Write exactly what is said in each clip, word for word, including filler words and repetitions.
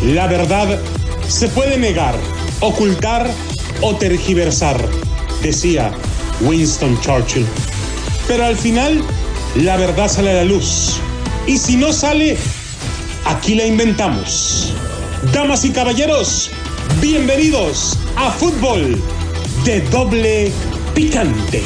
La verdad se puede negar, ocultar o tergiversar, decía Winston Churchill. Pero al final, la verdad sale a la luz. Y si no sale, aquí la inventamos. Damas y caballeros, bienvenidos a Fútbol de Doble Picante.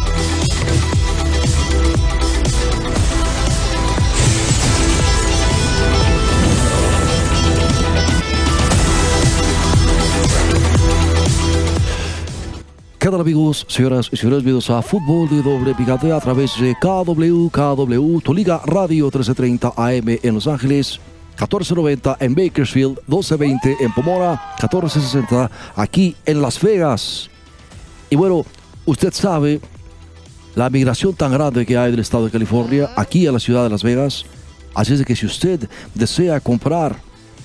¿Qué tal, amigos, señoras y señores? Bienvenidos a Fútbol de Doble Picante a través de K W, K W, tu Liga Radio trece treinta A M en Los Ángeles, catorce noventa en Bakersfield, doce veinte en Pomona, catorce sesenta aquí en Las Vegas. Y bueno, usted sabe la migración tan grande que hay del estado de California aquí a la ciudad de Las Vegas. Así es de que si usted desea comprar,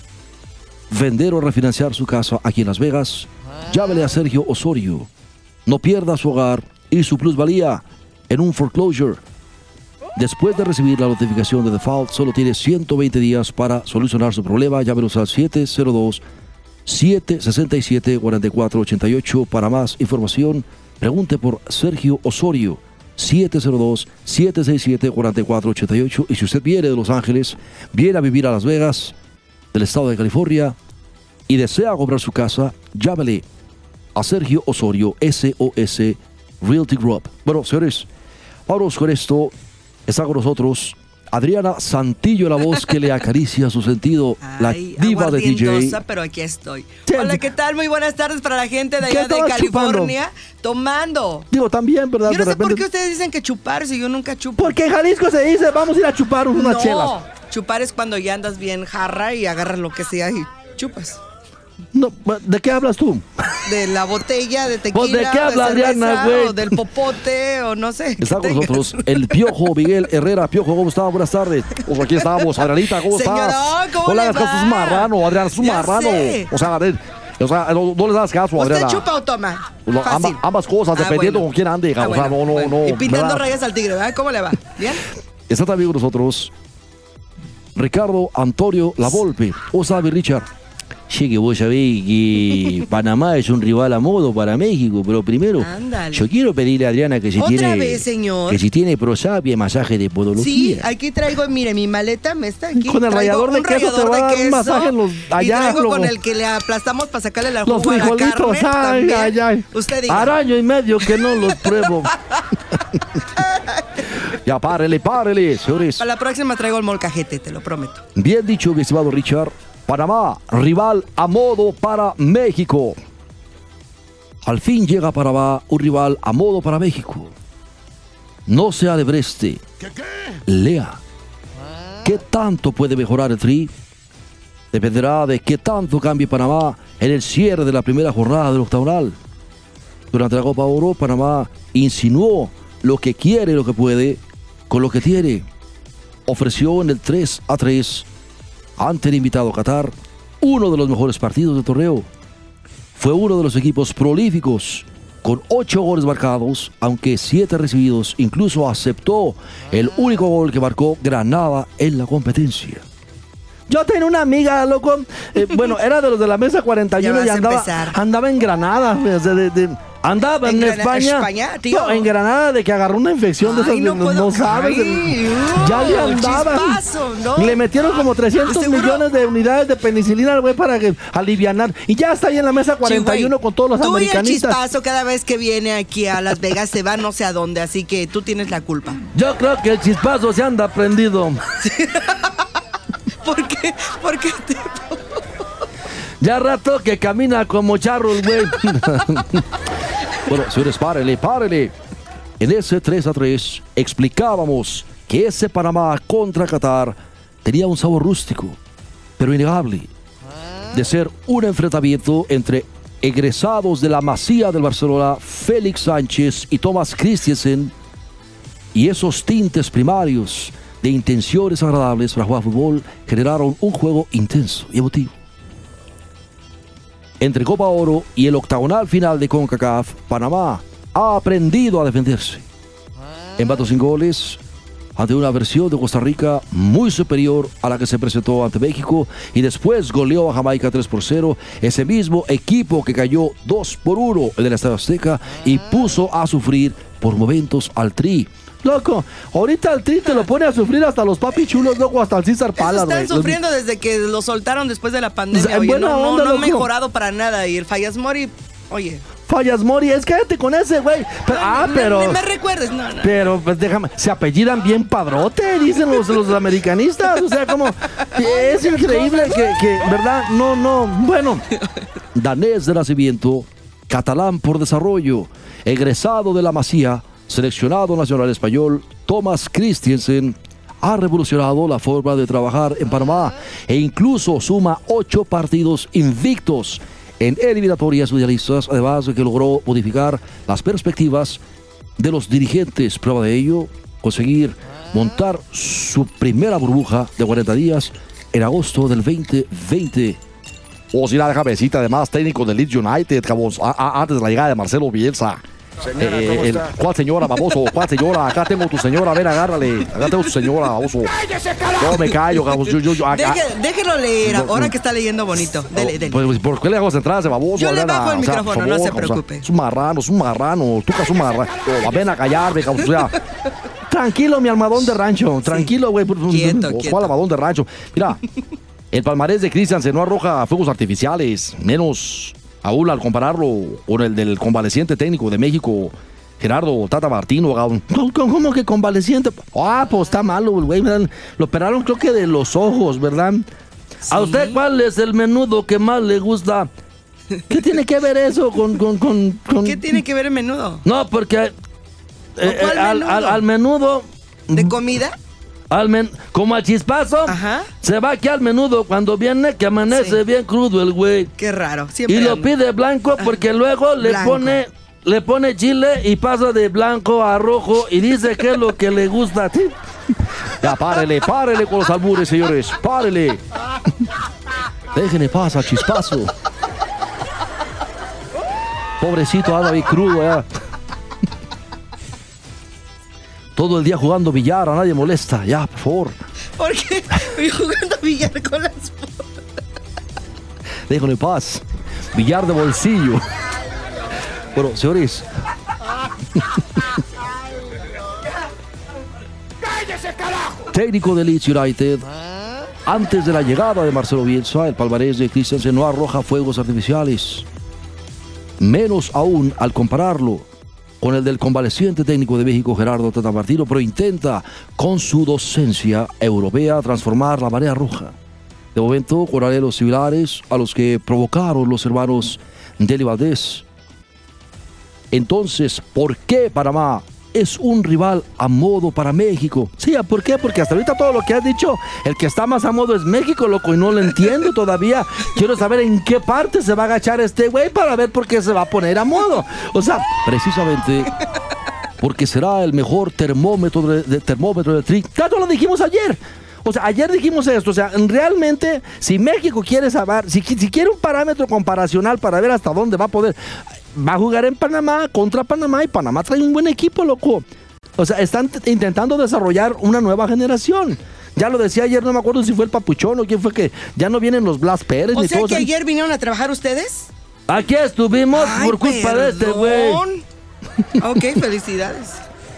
vender o refinanciar su casa aquí en Las Vegas, llámele a Sergio Osorio. No pierda su hogar y su plusvalía en un foreclosure. Después de recibir la notificación de default, solo tiene ciento veinte días para solucionar su problema. Llámenos al siete cero dos, siete seis siete, cuatro cuatro ocho ocho. Para más información, pregunte por Sergio Osorio, siete cero dos, siete seis siete, cuatro cuatro ocho ocho. Y si usted viene de Los Ángeles, viene a vivir a Las Vegas, del estado de California, y desea comprar su casa, llámele a Sergio Osorio, S O S Realty Group. Bueno, señores, vamos con esto. Está con nosotros Adriana Santillo, la voz que le acaricia su sentido, Ay, la diva de D J. Pero aquí estoy. Sí, Hola, ¿qué tal? Muy buenas tardes para la gente de allá de California. Chupando? Tomando. Digo, también, ¿verdad? Yo no de sé repente... por qué ustedes dicen que chupar si yo nunca chupo. Porque en Jalisco se dice, vamos a ir a chupar unas no, chelas. Chupar es cuando ya andas bien jarra y agarras lo que sea y chupas. No, ¿de qué hablas tú? De la botella de tequila, pues ¿de qué habla, de cerveza, Adriana, güey? O del popote, o no sé. Está con nosotros el Piojo Miguel Herrera. Piojo, ¿cómo está? Buenas tardes. Pues aquí estamos. Adrianita, ¿cómo Señora, estás? ¿cómo Hola, le estás va? un marrano, Adriana, es un Ya marrano. sé. O sea, Adriana, o sea, no, no le das caso, Adriana. ¿Usted chupa o toma? No, Fácil. ambas, ambas cosas, Ah, dependiendo bueno. con quién ande. Ah, o sea, bueno, no, no, bueno. no. Y pintando ¿verdad? rayas al tigre, ¿verdad? ¿Cómo le va? ¿Bien? Está también con nosotros Ricardo Antonio Lavolpe. ¿Cómo sabe, Richard? Sí, que vos sabés que Panamá es un rival a modo para México, pero primero, Ándale. yo quiero pedirle a Adriana que si ¿Otra tiene vez, señor? que si tiene prosapia, masaje de podología. Sí, aquí traigo, mire, mi maleta me está aquí. Con el Traigo rallador de un queso te rallador va a de dar un queso, masaje en los- allá, Y traigo luego. con el que le aplastamos para sacarle la Los jugo a la frijolitos, carne. ay, también. ay, ay. Usted diga. Araño y medio que no los pruebo. Ya, párele, párele, señores. Para la próxima traigo el molcajete, te lo prometo. Bien dicho, mi estimado Richard. Panamá, rival a modo para México. Al fin llega a Panamá un rival a modo para México. No sea de Breste. ¿Qué qué? Lea. ¿Qué tanto puede mejorar el Tri? Dependerá de qué tanto cambie Panamá en el cierre de la primera jornada del octagonal. Durante la Copa Oro, Panamá insinuó lo que quiere y lo que puede con lo que tiene. Ofreció en el tres a tres ante el invitado Qatar uno de los mejores partidos del torneo. Fue uno de los equipos prolíficos con ocho goles marcados, aunque siete recibidos. Incluso aceptó el único gol que marcó Granada en la competencia. Yo tenía una amiga, loco, eh, bueno, era de los de la mesa cuarenta y Ya uno y vas a andaba, empezar. andaba en Granada, o sea, de- de- andaba en, ¿En Grana- España, España, tío? no, en Granada, de que agarró una infección de Ay, esas, no de- no, puedo- no sabes, Ay, de- uh, ya le andaban, chispazo, ¿no? le metieron como trescientos ¿Seguro? millones de unidades de penicilina al güey para que alivianar, y ya está ahí en la mesa cuarenta y uno Sí, güey. con todos los Tú y el americanistas. chispazo cada vez que viene aquí a Las Vegas se va no sé a dónde, así que tú tienes la culpa. Yo creo que el chispazo se anda prendido. ¿Por qué? ¿Por qué te... Ya rato que camina como charro el güey. Bueno, señores, párele, párele. En ese tres a tres explicábamos que ese Panamá contra Qatar tenía un sabor rústico, pero innegable, de ser un enfrentamiento entre egresados de la Masía del Barcelona, Félix Sánchez y Thomas Christensen, y esos tintes primarios de intenciones agradables para jugar fútbol generaron un juego intenso y emotivo. Entre Copa Oro y el octagonal final de CONCACAF, Panamá ha aprendido a defenderse. Empatos sin goles, ante una versión de Costa Rica muy superior a la que se presentó ante México y después goleó a Jamaica tres por cero, ese mismo equipo que cayó dos por uno en el Estadio Azteca y puso a sufrir por momentos al Tri. Loco, ahorita el Tri te lo pone a sufrir hasta los papi chulos, loco, hasta el César Palas. Están wey. sufriendo desde que lo soltaron después de la pandemia. Oye, Buena no, no, onda, no ha loco. mejorado para nada. Y el Fallas Mori, oye. Fallas Mori, es quédate con ese, güey. Pero- Ah, no, pero... Ni me recuerdes, no, no. Pero, pues déjame, se apellidan bien padrote, dicen los, los americanistas. O sea, como, es increíble que, que, ¿verdad? No, no, bueno. Danés de nacimiento, catalán por desarrollo, egresado de la Masía, seleccionado nacional español, Thomas Christiansen, ha revolucionado la forma de trabajar en Panamá e incluso suma ocho partidos invictos en eliminatorias mundialistas, además de que logró modificar las perspectivas de los dirigentes. Prueba de ello, conseguir montar su primera burbuja de cuarenta días en agosto del veinte veinte. O si la cabecita, además, técnico del Leeds United, cabos, a, a, antes de la llegada de Marcelo Bielsa. Señora, Eh, ¿cómo el- está? ¿Cuál señora, baboso? ¿Cuál señora? Acá tengo tu señora, ven, agárrale. Acá tengo tu señora, baboso. ¡Cállese, carajo! No me callo, baboso. Yo, yo, yo, acá- Deje- déjelo leer, No, ahora no. que está leyendo bonito. Dele, dele. Pues, ¿por qué le hago centrar a ese baboso? Yo le Adriana? bajo el O sea, micrófono, por no se favor, o sea, preocupe. es un marrano, es un marrano. Tú que es un marrano. Oh, ven a callarme, cabrón. O sea, tranquilo, mi almadón de rancho. Tranquilo, güey. Quieto, ¿Cuál quieto. almadón de rancho? Mira, el palmarés de Christiansen no arroja fuegos artificiales, menos aún al compararlo con el del convaleciente técnico de México, Gerardo Tata Martino. cabrón. ¿Cómo, cómo que convaleciente? Ah, pues está malo, güey. ¿Verdad? Lo operaron, creo que de los ojos, ¿verdad? ¿A usted cuál es el menudo que más le gusta? ¿Qué tiene que ver eso con... con, con, con- ¿Qué tiene que ver el menudo? No, porque eh, cuál eh, al, menudo? al- al menudo, ¿De comida? al men- como al chispazo, Ajá. se va aquí al menudo cuando viene que amanece Sí. bien crudo el güey. Qué raro. Siempre Y lo ando. pide blanco porque luego le Blanco. pone... Le pone chile y pasa de blanco a rojo y dice que es lo que le gusta a ti. Ya, párele, párele con los albures, señores. Párele. Déjenle paz al chispazo. Pobrecito, anda bien crudo, ya. Todo el día jugando billar, a nadie molesta. Ya, por favor. ¿Por qué? Estoy jugando billar con las... Déjenle paz. Billar de bolsillo. Bueno, señores. ¡Cállese, carajo! Técnico de Leeds United. Antes de la llegada de Marcelo Bielsa, el palmarés de Christiansen no arroja fuegos artificiales. Menos aún al compararlo con el del convaleciente técnico de México, Gerardo Tata Martino, pero intenta, con su docencia europea, transformar la marea roja. De momento, con anhelos similares a los que provocaron los hermanos Deli Valdés. Entonces, ¿por qué Panamá es un rival a modo para México? Sí, ¿por qué? Porque hasta ahorita todo lo que has dicho, el que está más a modo es México, loco, y no lo entiendo todavía. Quiero saber en qué parte se va a agachar este güey para ver por qué se va a poner a modo. O sea, precisamente porque será el mejor termómetro de, de termómetro de tri. Claro, lo dijimos ayer. O sea, ayer dijimos esto, o sea, realmente, si México quiere saber, si, si quiere un parámetro comparacional para ver hasta dónde va a poder, va a jugar en Panamá, contra Panamá, y Panamá trae un buen equipo, loco. O sea, están t- intentando desarrollar una nueva generación. Ya lo decía ayer, no me acuerdo si fue el Papuchón o quién fue, que ya no vienen los Blas Pérez O ni sea todos. que ayer vinieron a trabajar ustedes. Aquí estuvimos Ay, por culpa de este güey. perdón. Ok, felicidades.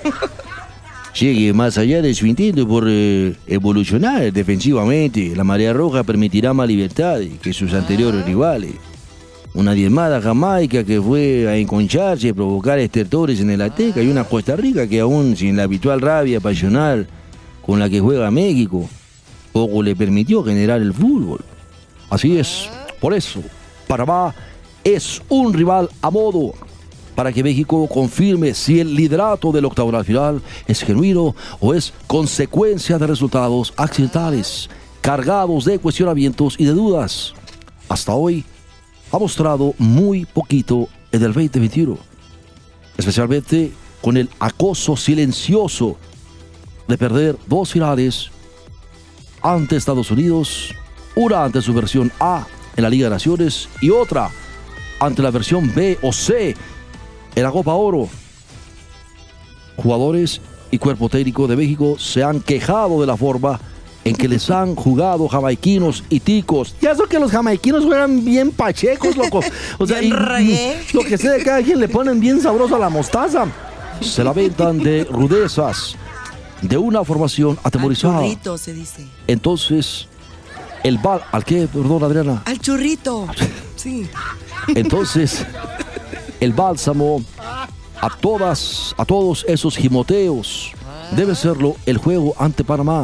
Sigue más allá de su intento por eh, evolucionar defensivamente. La marea roja permitirá más libertad que sus anteriores rivales. Una diezmada Jamaica que fue a enconcharse y provocar estertores en el Azteca, y una Costa Rica que aún sin la habitual rabia pasional con la que juega México, poco le permitió generar el fútbol. Así es, por eso, Panamá es un rival a modo para que México confirme si el liderato del octagonal final es genuino o es consecuencia de resultados accidentales, cargados de cuestionamientos y de dudas. Hasta hoy ha mostrado muy poquito en el veinte veintiuno, especialmente con el acoso silencioso de perder dos finales ante Estados Unidos, una ante su versión A en la Liga de Naciones y otra ante la versión B o C en la Copa Oro. Jugadores y cuerpo técnico de México se han quejado de la forma en que les han jugado jamaiquinos y ticos. Ya eso que los jamaiquinos juegan bien pachecos, loco. O sea, y, lo que sé de cada quien le ponen bien sabroso a la mostaza. Se lamentan de rudezas, de una formación atemorizada. Al churrito, se dice. Entonces, el bal... ¿Al qué? Perdón, Adriana. Al churrito. Sí. Entonces, el bálsamo a todas, a todos esos gimoteos debe serlo el juego ante Panamá.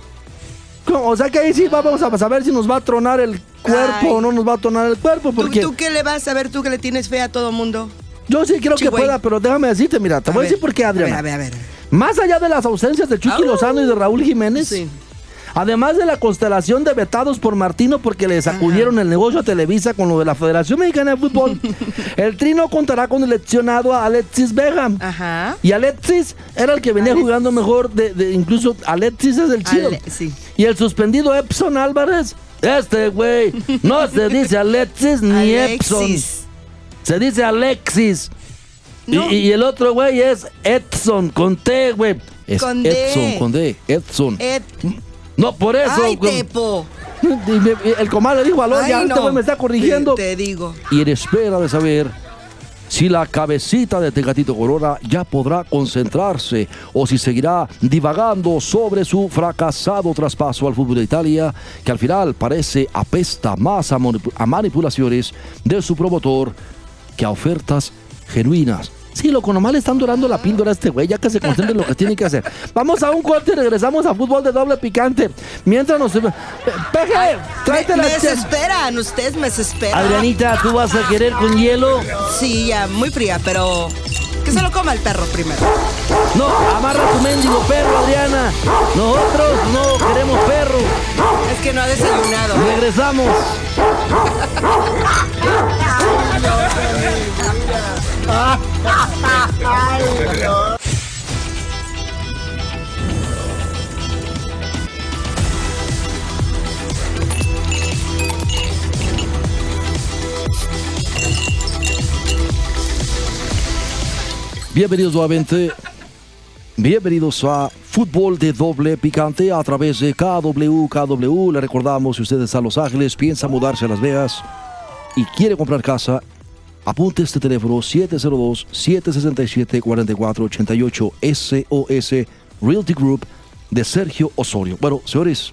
O sea que ahí sí vamos a saber si nos va a tronar el cuerpo Ay. o no nos va a tronar el cuerpo. Porque ¿Tú, ¿Tú qué le vas a ver? ¿Tú que le tienes fe a todo mundo? Yo sí creo Chihuey. que pueda, pero déjame decirte, mira, te a voy ver, a decir por qué, Adriana. A ver, a ver, a ver. Más allá de las ausencias de Chucky oh. Lozano y de Raúl Jiménez, sí. además de la constelación de vetados por Martino porque le sacudieron Ajá. el negocio a Televisa con lo de la Federación Mexicana de Fútbol, el Tri no contará con el seleccionado Alexis Vega. Ajá. Y Alexis era el que venía Alex. jugando mejor, de, de incluso Alexis es el chido. Ale, sí. Y el suspendido Epson Álvarez, este güey, no se dice Alexis ni Alexis. Epson, se dice Alexis. No. Y, y el otro güey es Edson, con T, güey. Es con Edson, D. con D, Edson. Ed. No, por eso. Ay, con... Tepo. Y me, el comadre dijo, aló, ya no. este güey me está corrigiendo. Te, te digo. Y en espera de saber si la cabecita de Tecatito Corona ya podrá concentrarse o si seguirá divagando sobre su fracasado traspaso al fútbol de Italia, que al final parece apesta más a, manip- a manipulaciones de su promotor que a ofertas genuinas. Sí, loco, nomás le están dorando la píldora a este güey, ya que se concentre en lo que tiene que hacer. Vamos a un corte y regresamos a fútbol de doble picante. Mientras nos... Peje, tráete me, la... me desesperan, ustedes me desesperan. Adrianita, ¿tú vas a querer con hielo? Sí, ya, muy fría, pero... que se lo coma el perro primero. No, amarra tu mendigo perro, Adriana. Nosotros no queremos perro. Es que no ha desayunado. Regresamos. Bienvenidos nuevamente. Bienvenidos a Fútbol de Doble Picante a través de K W K W. Le recordamos, si usted está en Los Ángeles, piensa mudarse a Las Vegas y quiere comprar casa, apunte este teléfono siete cero dos, siete seis siete, cuatro cuatro ocho ocho, S O S Realty Group de Sergio Osorio. Bueno, señores,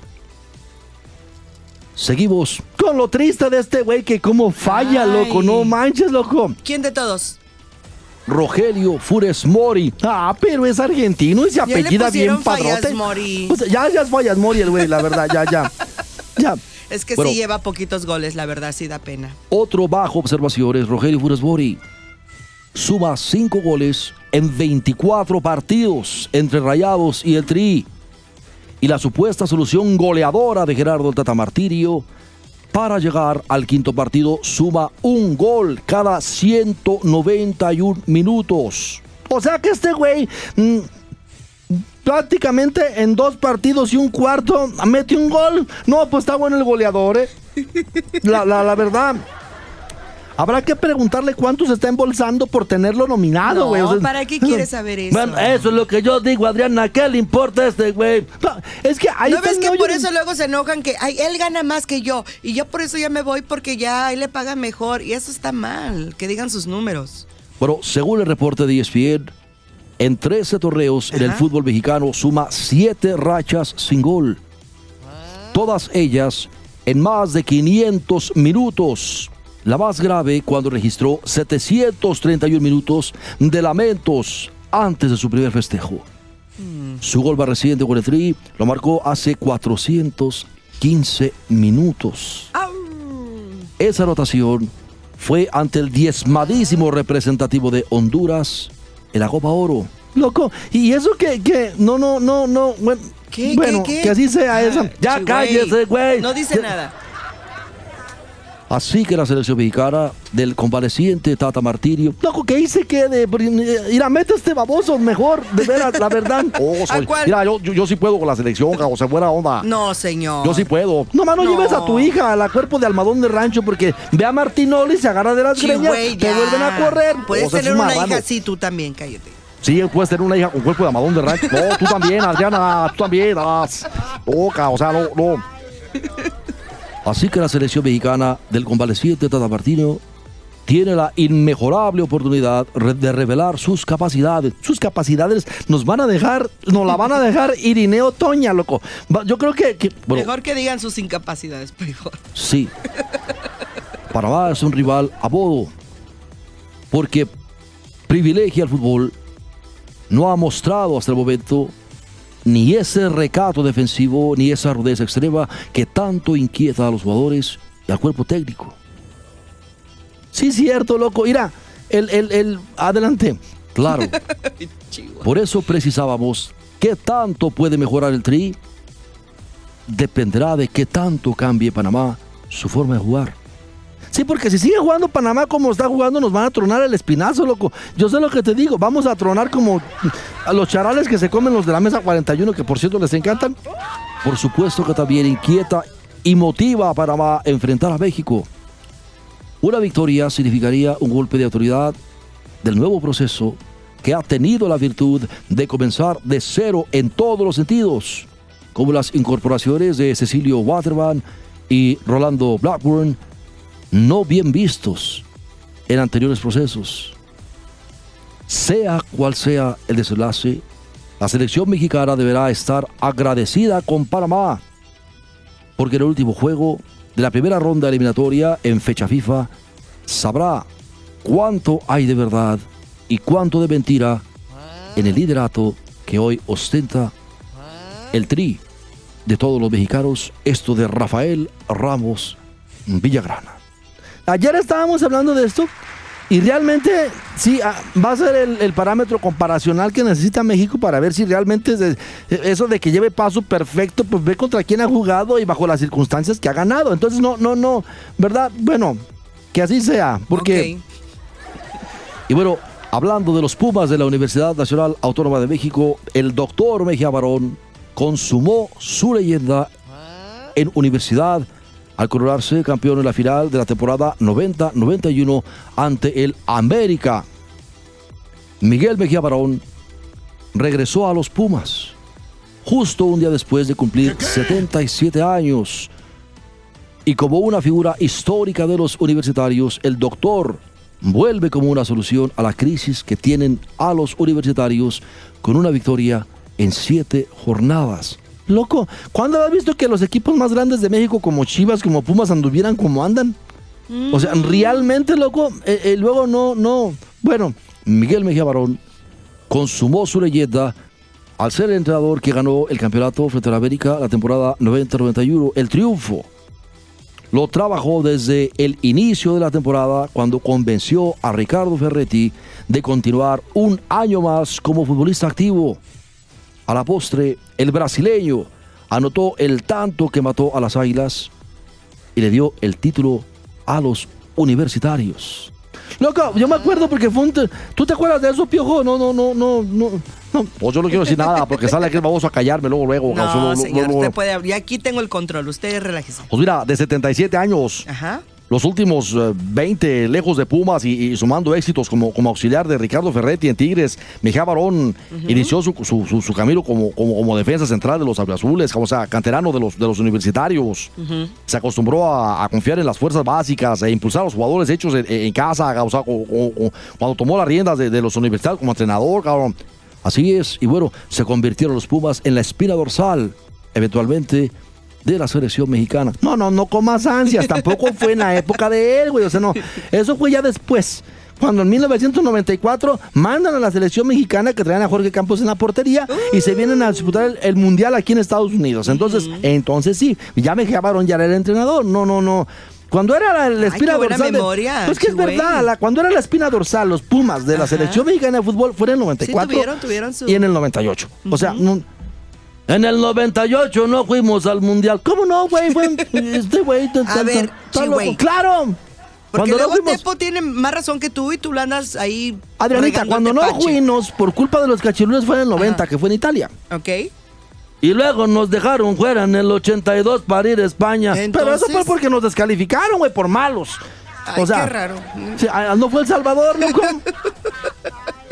seguimos con lo triste de este güey que como falla, Ay. loco, no manches, loco. ¿Quién de todos? Rogelio Funes Mori. Ah, pero es argentino y se apellida bien padrote. Mori. Pues ya, ya es Fallas Mori el güey, la verdad, ya, ya. Ya. Es que bueno, sí lleva poquitos goles, la verdad, sí da pena. Otro bajo observación es Rogelio Funes Mori. Suma cinco goles en veinticuatro partidos entre Rayados y el Tri. Y la supuesta solución goleadora de Gerardo el Tata Martirio para llegar al quinto partido suma un gol cada ciento noventa y un minutos. O sea que este güey mmm, prácticamente en dos partidos y un cuarto mete un gol. No, pues está bueno el goleador, ¿eh? La, la, la verdad. Habrá que preguntarle cuánto se está embolsando por tenerlo nominado, güey. No, o sea, ¿para qué quieres saber eso? Bueno, eso es lo que yo digo, Adriana. ¿Qué le importa a este güey? Es que ahí ¿No está ves que el por hoyo. eso luego se enojan que ay, él gana más que yo? Y yo por eso ya me voy porque ya él le paga mejor. Y eso está mal, que digan sus números. Bueno, según el reporte de E S P N, en trece torneos Ajá. en el fútbol mexicano suma siete rachas sin gol. Todas ellas en más de quinientos minutos. La más grave cuando registró setecientos treinta y un minutos de lamentos antes de su primer festejo. Mm. Su gol más reciente con el Tri lo marcó hace cuatrocientos quince minutos. ¡Au! Esa anotación fue ante el diezmadísimo representativo de Honduras en la Copa Oro. Loco, y eso que, que, no, no, no, no, bueno, ¿Qué, bueno qué, qué? que así sea esa. Ya sí, cállese, güey. No dice ya, nada. Así que la selección mexicana del convaleciente Tata Martirio, loco, que ahí se quede, mira, mete este baboso mejor, de veras, la verdad. Oh, soy, mira, yo, yo, yo sí puedo con la selección, o sea, buena onda. No, señor. Yo sí puedo. No, mano, no. Lleves a tu hija a la cuerpo de almadón de rancho, porque ve a Martinoli, se agarra de las greñas, te vuelven a correr. Puedes o sea, tener una marrano. hija así, tú también, cállate. Sí, puedes tener una hija con cuerpo de amadón de rancho. No, tú también, Adriana, tú también. Ah, loca, o sea, no, no. Así que la selección mexicana del convaleciente Tata Martino tiene la inmejorable oportunidad de revelar sus capacidades. Sus capacidades nos van a dejar, nos la van a dejar Irineo Toña, loco. Yo creo que... que bueno, mejor que digan sus incapacidades, mejor. Sí. Panamá es un rival a modo, porque privilegia el fútbol. No ha mostrado hasta el momento ni ese recato defensivo, ni esa rudeza extrema que tanto inquieta a los jugadores y al cuerpo técnico. Sí, cierto, loco. Mira, el, el, el, adelante. Claro. Por eso precisábamos qué tanto puede mejorar el Tri. Dependerá de qué tanto cambie Panamá su forma de jugar. Sí, porque si sigue jugando Panamá como está jugando, nos van a tronar el espinazo, loco. Yo sé lo que te digo, vamos a tronar como a los charales que se comen los de la mesa cuarenta y uno, que por cierto les encantan. Por supuesto que también inquieta y motiva a Panamá a enfrentar a México. Una victoria significaría un golpe de autoridad del nuevo proceso que ha tenido la virtud de comenzar de cero en todos los sentidos, como las incorporaciones de Cecilio Waterman y Rolando Blackburn, no bien vistos en anteriores procesos. Sea cual sea el desenlace, la selección mexicana deberá estar agradecida con Panamá, porque en el último juego de la primera ronda eliminatoria en fecha FIFA sabrá cuánto hay de verdad y cuánto de mentira en el liderato que hoy ostenta el Tri de todos los mexicanos, esto de Rafael Ramos Villagrana. Ayer estábamos hablando de esto y realmente sí, va a ser el, el parámetro comparacional que necesita México para ver si realmente es eso de que lleve paso perfecto, pues ve contra quién ha jugado y bajo las circunstancias que ha ganado. Entonces no, no, no, ¿verdad? Bueno, que así sea, porque... Okay. Y bueno, hablando de los Pumas de la Universidad Nacional Autónoma de México, el doctor Mejía Barón consumó su leyenda en universidad al coronarse campeón en la final de la temporada noventa noventa y uno ante el América. Miguel Mejía Barón regresó a los Pumas justo un día después de cumplir setenta y siete años. Y como una figura histórica de los universitarios, el doctor vuelve como una solución a la crisis que tienen a los universitarios con una victoria en siete jornadas. Loco, ¿cuándo has visto que los equipos más grandes de México como Chivas, como Pumas anduvieran como andan? Mm. O sea, realmente, loco, eh, eh, luego no, no. Bueno, Miguel Mejía Barón consumó su leyenda al ser el entrenador que ganó el campeonato frente a la América la temporada noventa noventa y uno. El triunfo lo trabajó desde el inicio de la temporada, cuando convenció a Ricardo Ferretti de continuar un año más como futbolista activo. A la postre, el brasileño anotó el tanto que mató a las Águilas y le dio el título a los universitarios. Loco, yo me acuerdo porque fue un... ¿Tú te acuerdas de eso, Piojo? No, no, no, no, no. no. Pues yo no quiero decir nada porque sale aquel baboso a callarme luego, luego. No, luego, señor, luego, usted puede... Y aquí tengo el control, usted relájese. Pues mira, de setenta y siete años. Ajá. Los últimos uh, veinte lejos de Pumas y, y sumando éxitos como, como auxiliar de Ricardo Ferretti en Tigres. Mejía Barón uh-huh. inició su, su, su, su camino como, como, como defensa central de los albiazules, o sea, canterano de los, de los universitarios. Uh-huh. Se acostumbró a, a confiar en las fuerzas básicas e impulsar a los jugadores hechos en, en casa, o sea, o, o, o, cuando tomó las riendas de, de los universitarios como entrenador, cabrón. Así es, y bueno, se convirtieron los Pumas en la espina dorsal, eventualmente, de la selección mexicana. No, no, no comas ansias, tampoco fue en la época de él, güey, o sea, no, eso fue ya después, cuando en mil novecientos noventa y cuatro mandan a la selección mexicana que traen a Jorge Campos en la portería y se vienen a disputar el, el mundial aquí en Estados Unidos. Entonces, uh-huh. entonces sí, ya Mejía Barón ya era el entrenador, no, no, no. Cuando era la, la espina Ay, dorsal. Memoria, de, pues que es verdad, la, cuando era la espina dorsal, los Pumas de la Ajá. selección mexicana de fútbol fue en el noventa y cuatro sí, tuvieron, tuvieron su... y en el noventa y ocho. Uh-huh. O sea, no, en el noventa y ocho no fuimos al mundial. ¿Cómo no, güey? Este güey. A ver, sí, güey. ¡Claro! Porque cuando luego no fuimos... Tepo tiene más razón que tú y tú la andas ahí. Adrianita, cuando no fuimos, por culpa de los cachirules, fue en el noventa, Ajá. que fue en Italia. Ok. Y luego nos dejaron fuera en el ochenta y dos para ir a España. Entonces... Pero eso fue porque nos descalificaron, güey, por malos. Ay, o sea, qué raro. ¿no fue El Salvador, loco?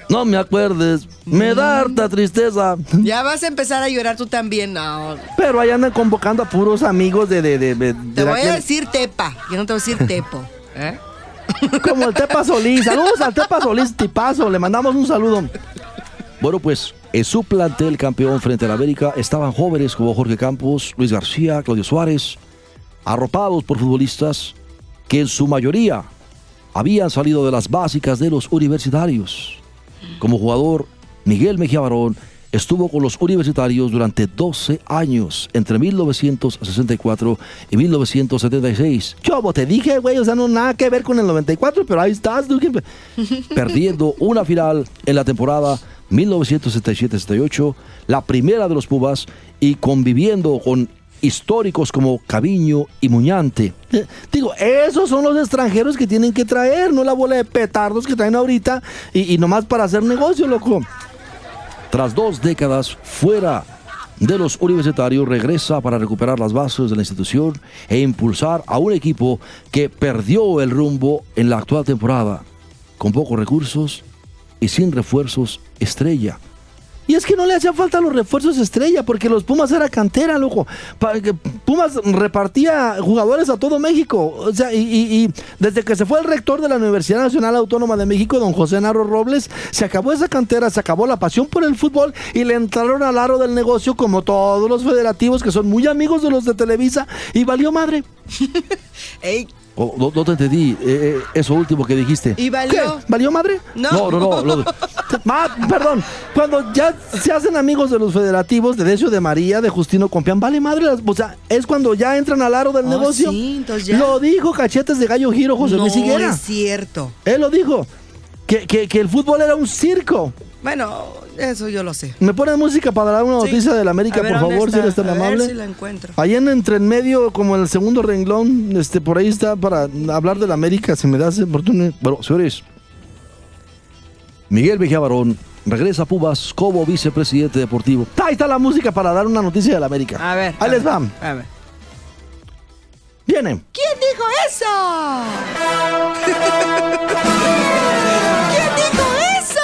No me acuerdes, me da harta tristeza. Ya vas a empezar a llorar tú también, no. Pero ahí andan convocando a puros amigos de... de, de, de Te de voy aquel- a decir Tepa, yo no te voy a decir Tepo. ¿Eh? Como el Tepa Solís. Saludos al Tepa Solís, tipazo. Le mandamos un saludo. Bueno, pues en su plantel campeón frente a la América estaban jóvenes como Jorge Campos, Luis García, Claudio Suárez, arropados por futbolistas que en su mayoría habían salido de las básicas de los universitarios. Como jugador, Miguel Mejía Barón estuvo con los universitarios durante doce años, entre mil novecientos sesenta y cuatro y mil novecientos setenta y seis. Chobo, te dije, güey, o sea, no nada que ver con el noventa y cuatro, pero ahí estás, tú, que- perdiendo una final en la temporada mil novecientos setenta y siete setenta y ocho, la primera de los Pumas, y conviviendo con históricos como Caviño y Muñante. Eh, digo, esos son los extranjeros que tienen que traer, no la bola de petardos que traen ahorita y, y nomás para hacer negocio, loco. Tras dos décadas fuera de los universitarios, regresa para recuperar las bases de la institución e impulsar a un equipo que perdió el rumbo en la actual temporada, con pocos recursos y sin refuerzos estrella. Y es que no le hacían falta los refuerzos estrella, porque los Pumas era cantera, loco. Pa- que Pumas repartía jugadores a todo México. O sea, y, y- y desde que se fue el rector de la Universidad Nacional Autónoma de México, don José Narro Robles, se acabó esa cantera, se acabó la pasión por el fútbol y le entraron al aro del negocio como todos los federativos que son muy amigos de los de Televisa, y valió madre. Ey, Oh, no, no te entendí, eh, eh, eso último que dijiste. ¿Y valió? ¿Qué? ¿Valió madre? No. No, no, no. lo- Ah, perdón. Cuando ya se hacen amigos de los federativos, de Decio de María, de Justino Compián, vale madre. las- O sea, es cuando ya entran al aro del Oh, negocio. sí, entonces ya. Lo dijo Cachetes de Gallo Giro, José no Luis Higuera. es cierto. Él lo dijo. Que, que, que el fútbol era un circo. Bueno, eso yo lo sé. ¿Me pones música para dar una Sí. noticia de la América, A ver, por ¿dónde favor, si está? eres tan A ver amable? si la encuentro. Ahí en entre en medio, como en el segundo renglón, este, por ahí está para hablar de la América, si me das oportunidad. Bueno, señores, Miguel Mejía Barón regresa a Pumas como vicepresidente deportivo. Ahí está la música para dar una noticia de la América. A ver. Ahí a les ver, va. A ver. Viene. ¿Quién dijo eso? ¿Quién dijo eso?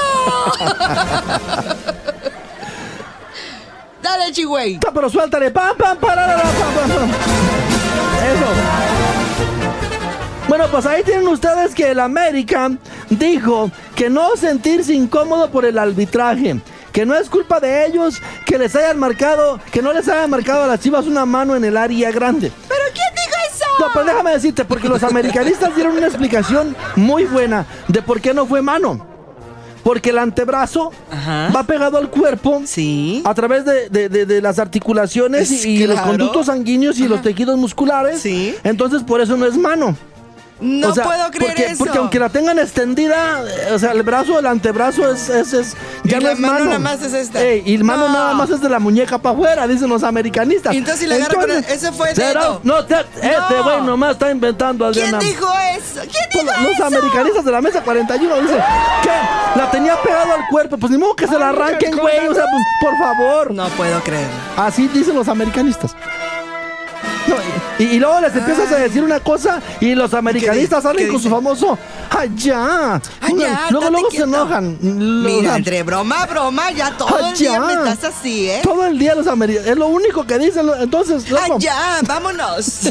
Dale, Chigüey. Ta, Pero suéltale. Pam, pam, pararara, pam, pam, pam. Eso. Bueno, pues ahí tienen ustedes que el América dijo que no sentirse incómodo por el arbitraje, que no es culpa de ellos que les hayan marcado, que no les hayan marcado a las Chivas una mano en el área grande. ¿Pero quién dijo eso? No, pero déjame decirte, porque los americanistas dieron una explicación muy buena de por qué no fue mano. Porque el antebrazo Ajá. va pegado al cuerpo Sí. a través de, de- de- de las articulaciones Es y, y los claro. conductos sanguíneos y los tejidos musculares. Sí. Entonces, por eso no es mano. No O sea, puedo creer porque, eso. porque aunque la tengan extendida, eh, o sea, el brazo, el antebrazo es, es, es- ya Y no la es mano mano. nada más es esta. Ey, y mano No. nada más es de la muñeca para afuera, dicen los americanistas. Y entonces si le agarra con el- ese fue ¿será? dedo. No, te- este No. güey nomás está inventando, ¿Quién Adriana. dijo eso? ¿Quién Pues dijo los eso? americanistas de la mesa cuarenta y uno dicen que la tenía pegado al cuerpo, pues ni modo que se la arranquen, güey, o sea, pues, por favor. No puedo creer. Así dicen los americanistas. No, y, y luego les empiezas a decir una cosa y los americanistas ¿Qué salen di- con qué su famoso ¡allá! Ay, ya, luego estate luego se quieto. enojan. Lo- o Mira, sea, entre broma, broma, ya todo el día ¡allá! me estás así, ¿eh? Todo el día los americanos. Es lo único que dicen. lo- Entonces, loco, ¡Ay, ya! ¡Vámonos!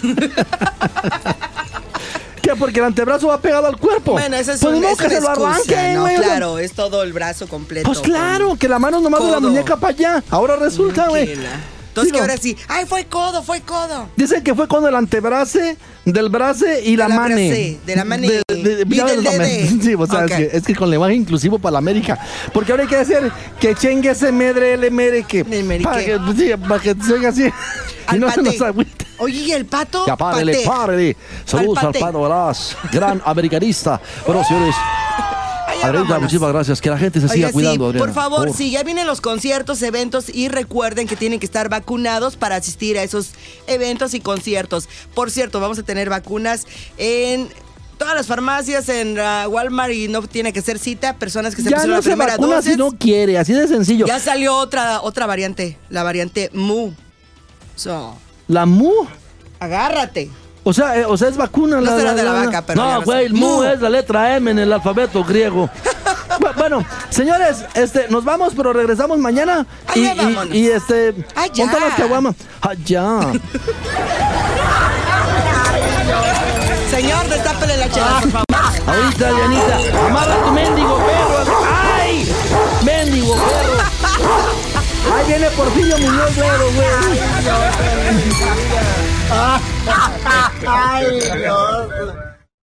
que porque el antebrazo va pegado al cuerpo. Bueno, esa es, pues ni un, modo es que una se lo excusa, arranquen, ¿no? güey, o sea, Claro, es todo el brazo completo. pues claro, que la mano es nomás de la Codo. muñeca para allá. Ahora resulta, güey. Tranquila. Entonces, Digo, que ahora sí. ¡Ay, fue codo, fue codo! Dicen que fue con el antebrazo, del brazo y la la mane. brace, de la mane. De- de- Y ya del ves, la dede. mane. Sí, o sea, Ok. es, que, es que con lenguaje inclusivo para la América. Porque ahora hay que hacer que chengue ese medre, le mere que. El mere Para que. que, pues, sí, para que se haga así. Y Al no se pate. nos agüite. Oye, ¿y el pato? Ya párele, Pate. párele. Saludos Al al pate. Pato Veraz, gran americanista. Bueno, señores, Ay, ya Adriana, vámonos. muchísimas gracias. Que la gente se Oiga, siga sí, cuidando, Adriana. por favor, sí, ya vienen los conciertos, eventos y recuerden que tienen que estar vacunados para asistir a esos eventos y conciertos. Por cierto, vamos a tener vacunas en todas las farmacias, en uh, Walmart y no tiene que ser cita, personas que se Ya pusieron no la se primera vacuna dosis. si no quiere, así de sencillo. Ya salió otra otra variante, la variante Mu. So, La mu. agárrate. O sea, eh, o sea, es vacuna. No será de la vaca, pero ya No, no güey, sé. el mu Mu. es la letra M en el alfabeto griego. Bu- Bueno, señores, este, nos vamos, pero regresamos mañana. Ay, y, ya y, vámonos. y este, Ay, ya. ponte las caguamas. Ah, ya. Señor, destápele la chela, por favor. Ahorita, Dianita, amarra tu mendigo perro. ¡Ay! ¡Mendigo perro! Ahí viene Porfirio Muñoz Ledo, güey. Ay, Dios.